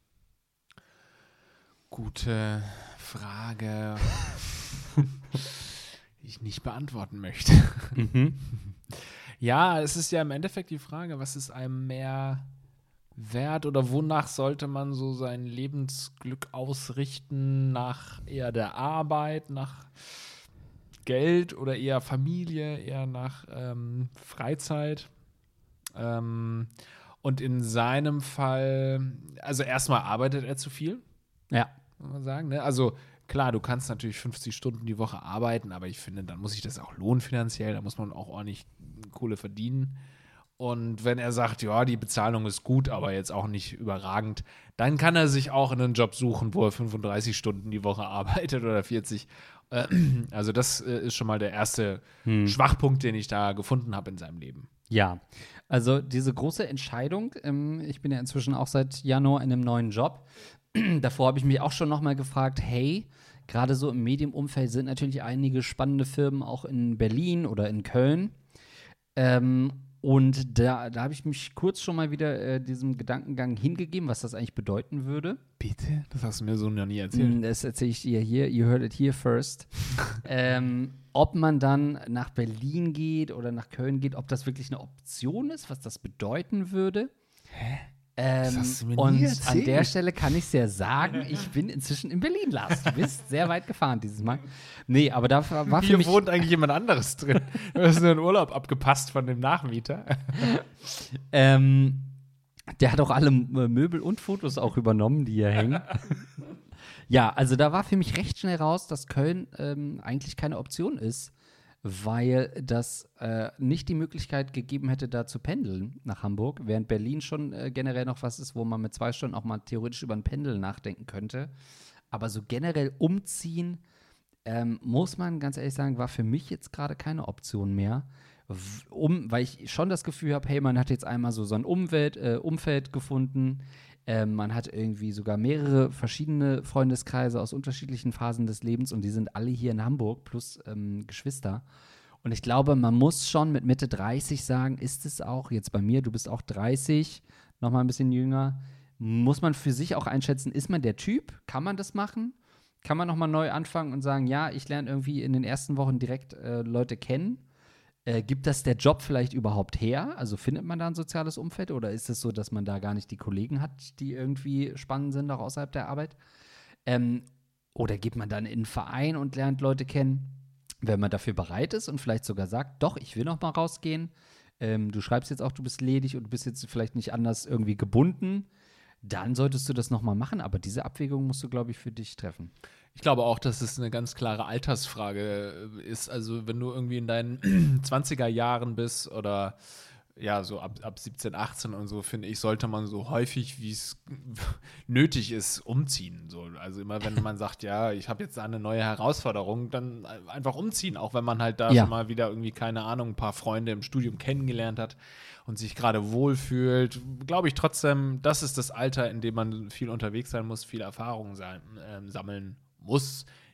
Gute Frage, die ich nicht beantworten möchte. Mhm. Ja, es ist ja im Endeffekt die Frage, was ist einem mehr wert oder wonach sollte man so sein Lebensglück ausrichten? Nach eher der Arbeit, nach Geld oder eher Familie, eher nach ähm, Freizeit? Ähm, und in seinem Fall, also erstmal arbeitet er zu viel, Ja. muss man sagen. Ne? Also klar, du kannst natürlich fünfzig Stunden die Woche arbeiten, aber ich finde, dann muss sich das auch lohnen finanziell, da muss man auch ordentlich Kohle verdienen. Und wenn er sagt, ja, die Bezahlung ist gut, aber jetzt auch nicht überragend, dann kann er sich auch einen Job suchen, wo er fünfunddreißig Stunden die Woche arbeitet oder vierzig. Also das ist schon mal der erste hm. Schwachpunkt, den ich da gefunden habe in seinem Leben. Ja, also diese große Entscheidung, ähm, ich bin ja inzwischen auch seit Januar in einem neuen Job. Davor habe ich mich auch schon nochmal gefragt, hey, gerade so im Medienumfeld sind natürlich einige spannende Firmen auch in Berlin oder in Köln. Ähm, Und da, da habe ich mich kurz schon mal wieder äh, diesem Gedankengang hingegeben, was das eigentlich bedeuten würde. Bitte? Das hast du mir so noch nie erzählt. Das erzähle ich dir hier. You heard it here first. ähm, ob man dann nach Berlin geht oder nach Köln geht, ob das wirklich eine Option ist, was das bedeuten würde. Hä? Ähm, das hast du mir und nie erzählt. An der Stelle kann ich es ja sagen, ich bin inzwischen in Berlin, Lars. Du bist sehr weit gefahren dieses Mal. Nee, aber da war für Hier mich... wohnt eigentlich jemand anderes drin. Du hast nur einen Urlaub abgepasst von dem Nachmieter. ähm, der hat auch alle Möbel und Fotos auch übernommen, die hier hängen. Ja, also da war für mich recht schnell raus, dass Köln ähm, eigentlich keine Option ist, weil das äh, nicht die Möglichkeit gegeben hätte, da zu pendeln nach Hamburg, während Berlin schon äh, generell noch was ist, wo man mit zwei Stunden auch mal theoretisch über ein Pendeln nachdenken könnte. Aber so generell umziehen, ähm, muss man ganz ehrlich sagen, war für mich jetzt gerade keine Option mehr, um, weil ich schon das Gefühl habe, hey, man hat jetzt einmal so, so ein Umwelt, äh, Umfeld gefunden, Ähm, man hat irgendwie sogar mehrere verschiedene Freundeskreise aus unterschiedlichen Phasen des Lebens und die sind alle hier in Hamburg plus ähm, Geschwister. Und ich glaube, man muss schon mit Mitte dreißig sagen, ist es auch, jetzt bei mir, du bist auch dreißig, nochmal ein bisschen jünger, muss man für sich auch einschätzen, ist man der Typ? Kann man das machen? Kann man nochmal neu anfangen und sagen, ja, ich lerne irgendwie in den ersten Wochen direkt äh, Leute kennen? Äh, gibt das der Job vielleicht überhaupt her? Also findet man da ein soziales Umfeld oder ist es so, dass man da gar nicht die Kollegen hat, die irgendwie spannend sind, auch außerhalb der Arbeit? Ähm, oder geht man dann in einen Verein und lernt Leute kennen, wenn man dafür bereit ist und vielleicht sogar sagt, doch, ich will noch mal rausgehen. Ähm, du schreibst jetzt auch, du bist ledig und du bist jetzt vielleicht nicht anders irgendwie gebunden. Dann solltest du das noch mal machen, aber diese Abwägung musst du, glaube ich, für dich treffen. Ich glaube auch, dass es eine ganz klare Altersfrage ist. Also wenn du irgendwie in deinen zwanziger Jahren bist oder ja, so ab, ab siebzehn, achtzehn und so, finde ich, sollte man so häufig, wie es nötig ist, umziehen. So, also immer, wenn man sagt, ja, ich habe jetzt eine neue Herausforderung, dann einfach umziehen, auch wenn man halt da ja. schon mal wieder irgendwie, keine Ahnung, ein paar Freunde im Studium kennengelernt hat und sich gerade wohlfühlt. Glaube ich trotzdem, das ist das Alter, in dem man viel unterwegs sein muss, viel Erfahrung sein, äh, sammeln muss,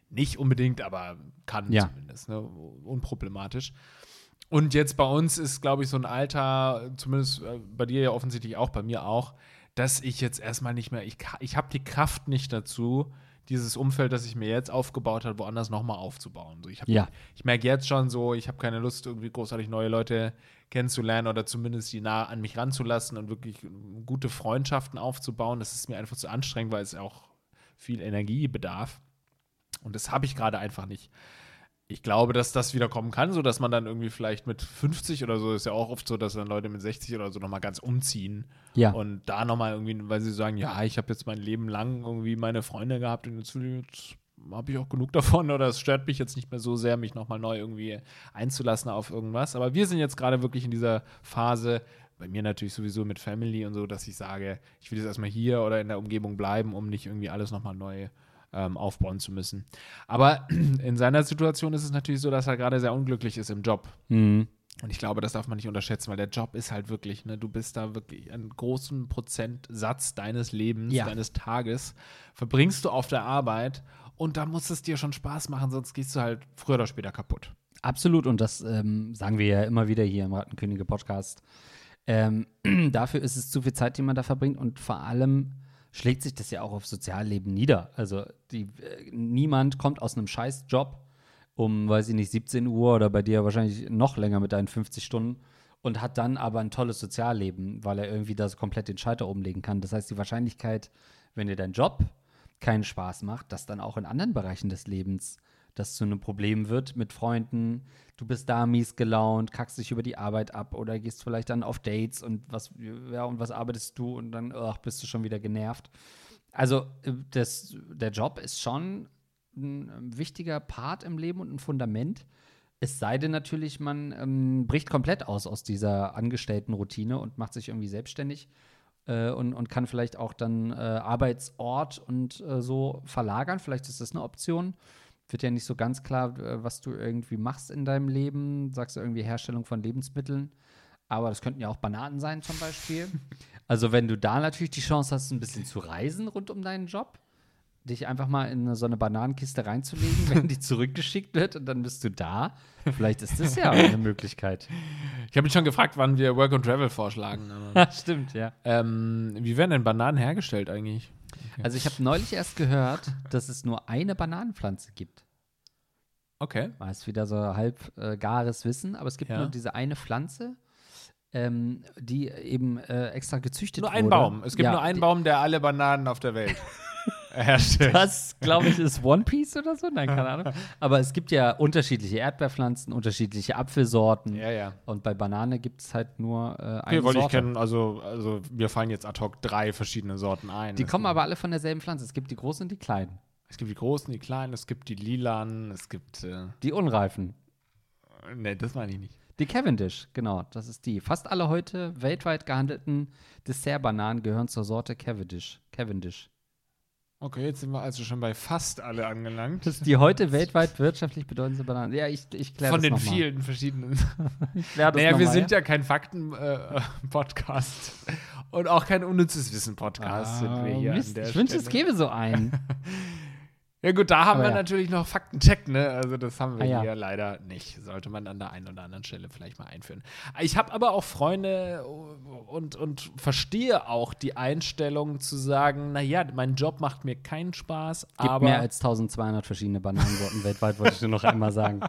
nicht unbedingt, aber kann Ja. zumindest, ne? Unproblematisch. Und jetzt bei uns ist, glaube ich, so ein Alter, zumindest äh, bei dir ja offensichtlich auch, bei mir auch, dass ich jetzt erstmal nicht mehr, ich, ka- ich habe die Kraft nicht dazu, dieses Umfeld, das ich mir jetzt aufgebaut habe, woanders nochmal aufzubauen. So, ich hab, Ja. ich merke jetzt schon so, ich habe keine Lust, irgendwie großartig neue Leute kennenzulernen oder zumindest die nah an mich ranzulassen und wirklich gute Freundschaften aufzubauen. Das ist mir einfach zu anstrengend, weil es auch viel Energie bedarf. Und das habe ich gerade einfach nicht. Ich glaube, dass das wieder kommen kann, so dass man dann irgendwie vielleicht mit fünfzig oder so, ist ja auch oft so, dass dann Leute mit sechzig oder so nochmal ganz umziehen. Ja. Und da nochmal irgendwie, weil sie sagen, ja, ich habe jetzt mein Leben lang irgendwie meine Freunde gehabt und jetzt, jetzt habe ich auch genug davon oder es stört mich jetzt nicht mehr so sehr, mich nochmal neu irgendwie einzulassen auf irgendwas. Aber wir sind jetzt gerade wirklich in dieser Phase, bei mir natürlich sowieso mit Family und so, dass ich sage, ich will jetzt erstmal hier oder in der Umgebung bleiben, um nicht irgendwie alles nochmal neu ähm, aufbauen zu müssen. Aber in seiner Situation ist es natürlich so, dass er gerade sehr unglücklich ist im Job. Mhm. Und ich glaube, das darf man nicht unterschätzen, weil der Job ist halt wirklich, ne, du bist da wirklich einen großen Prozentsatz deines Lebens, Ja. deines Tages, verbringst du auf der Arbeit und da muss es dir schon Spaß machen, sonst gehst du halt früher oder später kaputt. Absolut, und das ähm, sagen wir ja immer wieder hier im Rattenkönige-Podcast. Ähm, dafür ist es zu viel Zeit, die man da verbringt, und vor allem schlägt sich das ja auch auf Sozialleben nieder. Also die, äh, niemand kommt aus einem scheiß Job um, weiß ich nicht, siebzehn Uhr oder bei dir wahrscheinlich noch länger mit deinen fünfzig Stunden und hat dann aber ein tolles Sozialleben, weil er irgendwie das komplett den Schalter umlegen kann. Das heißt, die Wahrscheinlichkeit, wenn dir dein Job keinen Spaß macht, dass dann auch in anderen Bereichen des Lebens das zu einem Problem wird mit Freunden. Du bist da mies gelaunt, kackst dich über die Arbeit ab oder gehst vielleicht dann auf Dates und was, ja, und was arbeitest du und dann ach, bist du schon wieder genervt. Also das, der Job ist schon ein wichtiger Part im Leben und ein Fundament. Es sei denn natürlich, man ähm, bricht komplett aus aus dieser Angestelltenroutine und macht sich irgendwie selbstständig äh, und, und kann vielleicht auch dann äh, Arbeitsort und äh, so verlagern. Vielleicht ist das eine Option. Wird ja nicht so ganz klar, äh, was du irgendwie machst in deinem Leben. Sagst du irgendwie Herstellung von Lebensmitteln. Aber das könnten ja auch Bananen sein zum Beispiel. Also wenn du da natürlich die Chance hast, ein bisschen zu reisen rund um deinen Job, dich einfach mal in so eine Bananenkiste reinzulegen, wenn die zurückgeschickt wird und dann bist du da. Vielleicht ist das ja eine Möglichkeit. Ich habe mich schon gefragt, wann wir Work and Travel vorschlagen. aber, Stimmt, ja. ähm, wie werden denn Bananen hergestellt eigentlich? Also ich habe neulich erst gehört, dass es nur eine Bananenpflanze gibt. Okay. War es wieder so halb äh, gares Wissen, aber es gibt Ja. nur diese eine Pflanze, ähm, die eben äh, extra gezüchtet Nur wurde. ein Baum. Es gibt Ja, nur einen die- Baum, der alle Bananen auf der Welt herstellt. Das, glaube ich, ist One Piece oder so. Nein, keine Ahnung. Aber es gibt ja unterschiedliche Erdbeerpflanzen, unterschiedliche Apfelsorten. Ja, ja. Und bei Banane gibt es halt nur äh, eine Okay, weil ich Sorte. kenne, also, also mir fallen jetzt ad hoc drei verschiedene Sorten ein. Die Es kommen gibt- aber alle von derselben Pflanze. Es gibt die großen und die kleinen. Es gibt die großen, die kleinen, es gibt die lilanen, es gibt. Äh, Die unreifen. ne, das meine ich nicht. Die Cavendish, genau, das ist die. Fast alle heute weltweit gehandelten Dessertbananen gehören zur Sorte Cavendish. Cavendish. Okay, jetzt sind wir also schon bei fast alle angelangt. Das ist die heute weltweit wirtschaftlich bedeutendste Banane. Ja, ich, ich kläre Von das den noch mal. vielen verschiedenen. Ich klär das Naja, noch wir mal, sind ja ja kein Fakten-Podcast und auch kein unnützes Wissen-Podcast sind wir hier Ah, Mist, an der ich wünschte, es Stelle. gäbe so einen. Ja gut, da haben Aber wir ja. natürlich noch Faktencheck, ne? Also das haben wir Ah, ja. hier leider nicht. Sollte man an der einen oder anderen Stelle vielleicht mal einführen. Ich habe aber auch Freunde und, und verstehe auch die Einstellung zu sagen, naja, mein Job macht mir keinen Spaß, Gibt aber, mehr als tausendzweihundert verschiedene Bananensorten weltweit, wollte ich nur noch einmal sagen.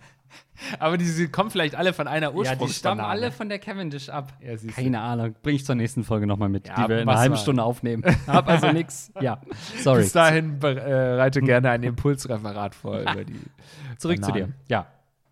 aber die kommen vielleicht alle von einer Ursprungsbanane. von der Cavendish ab. Ja, siehst du. Keine Ahnung. Bring ich zur nächsten Folge nochmal mit, Ja, die wir in mach's einer halben mal. Stunde aufnehmen. Hab also nix. Ja, sorry. Bis dahin bereite gerne ein Impulsreferat vor über die Zurück zu dir. Bananen. Ja.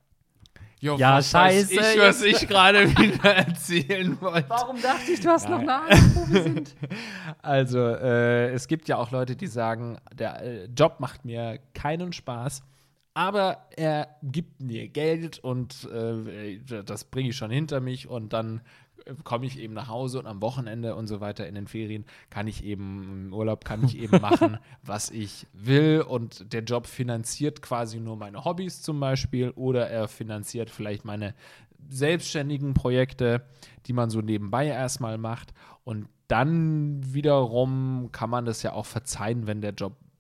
Jo, Ja, was weiß scheiße, ich, was jetzt- ich gerade wieder erzählen wollte. Warum dachte ich, du hast noch Ja. eine Ahnung, wo wir sind? Also, äh, es gibt ja auch Leute, die sagen, der äh, Job macht mir keinen Spaß, aber er gibt mir Geld und äh, das bringe ich schon hinter mich und dann äh, komme ich eben nach Hause und am Wochenende und so weiter in den Ferien kann ich eben, im Urlaub kann ich eben machen, was ich will und der Job finanziert quasi nur meine Hobbys zum Beispiel oder er finanziert vielleicht meine selbstständigen Projekte, die man so nebenbei erstmal macht und dann wiederum kann man das ja auch verzeihen, wenn der Job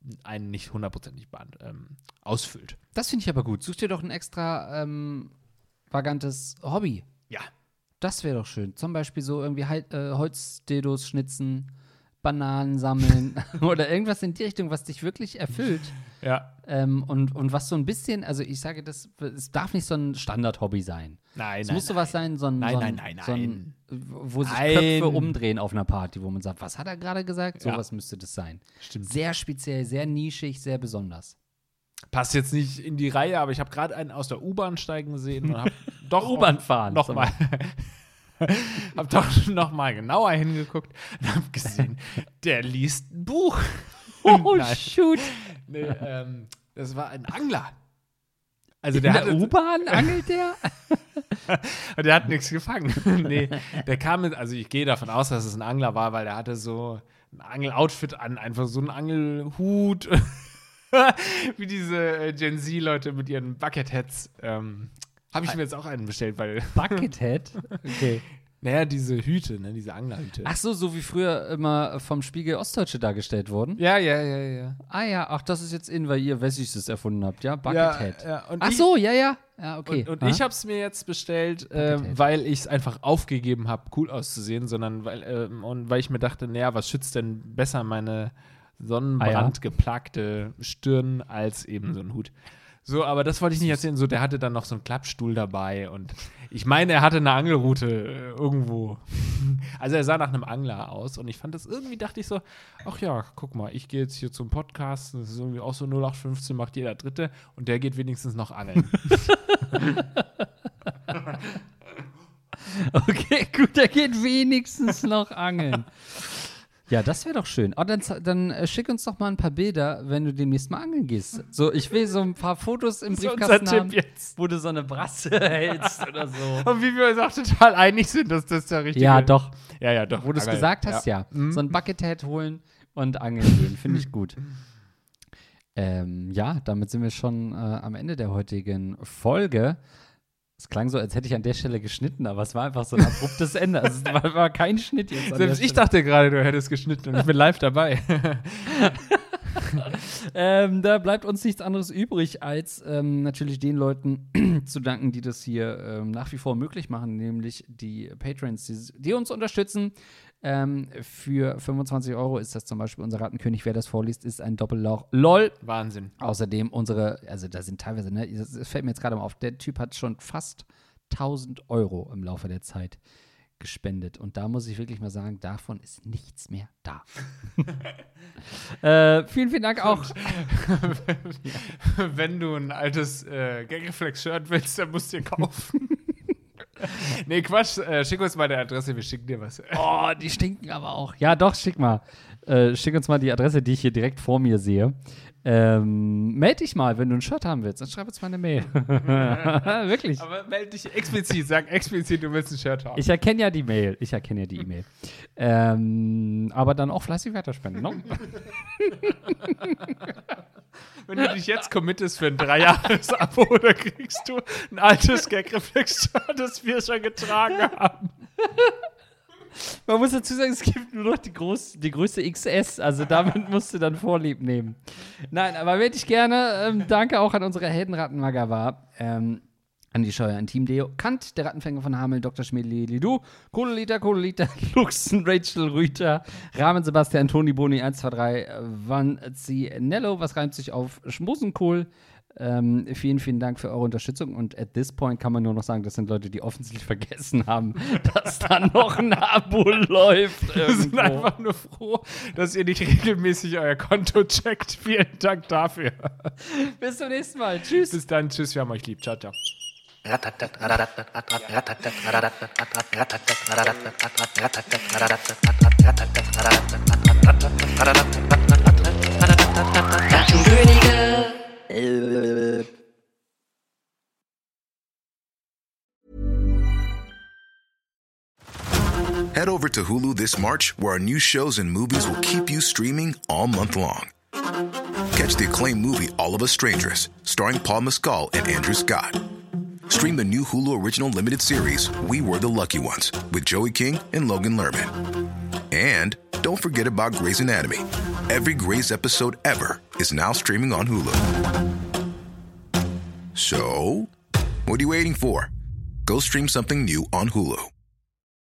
einen nicht hundertprozentig ähm, ausfüllt. Das finde ich aber gut. Such dir doch ein extra ähm, vagantes Hobby. Ja. Das wäre doch schön. Zum Beispiel so irgendwie Hei- äh, Holzdedos schnitzen, Bananen sammeln oder irgendwas in die Richtung, was dich wirklich erfüllt. Ja. Ähm, und, und was so ein bisschen, also ich sage, das, es darf nicht so ein Standard-Hobby sein. Nein, Es nein, muss sowas sein, so ein, Nein, so ein, nein, nein, so ein nein. wo sich Nein. Köpfe umdrehen auf einer Party, wo man sagt, was hat er gerade gesagt? Ja. Sowas müsste das sein. Stimmt. Sehr speziell, sehr nischig, sehr besonders. Passt jetzt nicht in die Reihe, aber ich habe gerade einen aus der U-Bahn steigen sehen und habe doch U-Bahn fahren. noch mal hab doch noch mal genauer hingeguckt und habe gesehen, der liest ein Buch. Oh, Nein. shoot. Nee, ähm, das war ein Angler. Also In der der hatte, U-Bahn angelt der? der hat nichts gefangen. Nee, der kam mit, also ich gehe davon aus, dass es ein Angler war, weil der hatte so ein Angeloutfit an, einfach so einen Angelhut. Wie diese äh, Gen Z-Leute mit ihren Bucketheads. Ähm, Habe ich mir jetzt auch einen bestellt, weil. Buckethead? Okay. Naja, diese Hüte, ne, diese Anglerhüte. Ach so, so wie früher immer vom Spiegel Ostdeutsche dargestellt wurden? Ja, ja, ja, ja. Ah ja, ach, das ist jetzt in, weil ihr Wessis das erfunden habt, ja? Buckethead. Ja, ja. Und Ach ich, so, ja, ja. Ja, okay. Und, und Ah. ich habe es mir jetzt bestellt, äh, Buckethead. weil ich es einfach aufgegeben habe, cool auszusehen, sondern weil, ähm, und weil ich mir dachte, naja, was schützt denn besser meine sonnenbrandgeplagte Stirn als eben so ein Hut. So, aber das wollte ich nicht erzählen. So, der hatte dann noch so einen Klappstuhl dabei und ich meine, er hatte eine Angelrute äh, irgendwo. Also er sah nach einem Angler aus und ich fand das irgendwie, dachte ich so, ach ja, guck mal, ich gehe jetzt hier zum Podcast, das ist irgendwie auch so null acht fünfzehn, macht jeder Dritte und der geht wenigstens noch angeln. Okay, gut, der geht wenigstens noch angeln. Ja, das wäre doch schön. Oh, dann, dann äh, schick uns doch mal ein paar Bilder, wenn du demnächst mal angeln gehst. So, ich will so ein paar Fotos im Das ist Briefkasten unser haben, Tipp jetzt. wo du so eine Brasse hältst oder so. Und wie wir uns auch total einig sind, dass das der richtige. Ja, doch. Ja, ja, doch. Wo du es Angeln. gesagt hast, ja. Mhm. So ein Buckethead holen und angeln gehen. Finde ich gut. ähm, ja, damit sind wir schon äh, am Ende der heutigen Folge. Es klang so, als hätte ich an der Stelle geschnitten, aber es war einfach so ein abruptes Ende. Also es war, war kein Schnitt jetzt. An Selbst der ich Stelle. dachte gerade, du hättest geschnitten und ich bin live dabei. ähm, da bleibt uns nichts anderes übrig, als ähm, natürlich den Leuten zu danken, die das hier ähm, nach wie vor möglich machen, nämlich die Patrons, die, die uns unterstützen. Ähm, für fünfundzwanzig Euro ist das zum Beispiel unser Rattenkönig, wer das vorliest, ist ein Doppellauch. LOL. Wahnsinn. Außerdem unsere, also da sind teilweise, ne, das fällt mir jetzt gerade mal auf, der Typ hat schon fast tausend Euro im Laufe der Zeit gespendet. Und da muss ich wirklich mal sagen, davon ist nichts mehr da. äh, vielen, vielen Dank auch. Wenn du ein altes äh, Gagreflex-Shirt willst, dann musst du dir kaufen. Nee, Quatsch. Äh, schick uns mal die Adresse, wir schicken dir was. Oh, die stinken aber auch. Ja, doch, schick mal. Äh, schick uns mal die Adresse, die ich hier direkt vor mir sehe. Ähm, meld dich mal, wenn du ein Shirt haben willst. Dann schreib uns mal eine Mail. Wirklich. Aber melde dich explizit, sag explizit, du willst ein Shirt haben. Ich erkenne ja die Mail. Ich erkenne ja die E-Mail. ähm, aber dann auch fleißig weiterspenden, ne? Wenn du dich jetzt committest für ein Drei-Jahres-Abo, dann kriegst du ein altes Gagreflex-Shirt, das wir schon getragen haben. Man muss dazu sagen, es gibt nur noch die, groß, die Größe X S, also damit musst du dann Vorlieb nehmen. Nein, aber hätte ich gerne. Ähm, danke auch an unsere Heldenratten Magawa, ähm, an die Scheuer, an Team Deo, Kant, der Rattenfänger von Hameln, Doktor Schmidli, Lidu, Kohleliter, Kohleliter, Luxen, Rachel, Rüther, Rahmen, Sebastian, Toni, Boni, eins, zwei, drei, Vanzinello, was reimt sich auf Schmusenkohl. Ähm, vielen, vielen Dank für eure Unterstützung und at this point kann man nur noch sagen, das sind Leute, die offensichtlich vergessen haben, dass da noch ein Abo läuft. Wir sind einfach nur froh, dass ihr nicht regelmäßig euer Konto checkt. Vielen Dank dafür. Bis zum nächsten Mal. Tschüss. Bis dann. Tschüss, wir haben euch lieb. Ciao, ciao. Head over to Hulu this March, where our new shows and movies will keep you streaming all month long. Catch the acclaimed movie All of Us Strangers, starring Paul Mescal and Andrew Scott. Stream the new Hulu original limited series We Were the Lucky Ones with Joey King and Logan Lerman. And don't forget about Grey's Anatomy. Every Grey's episode ever is now streaming on Hulu. So, what are you waiting for? Go stream something new on Hulu.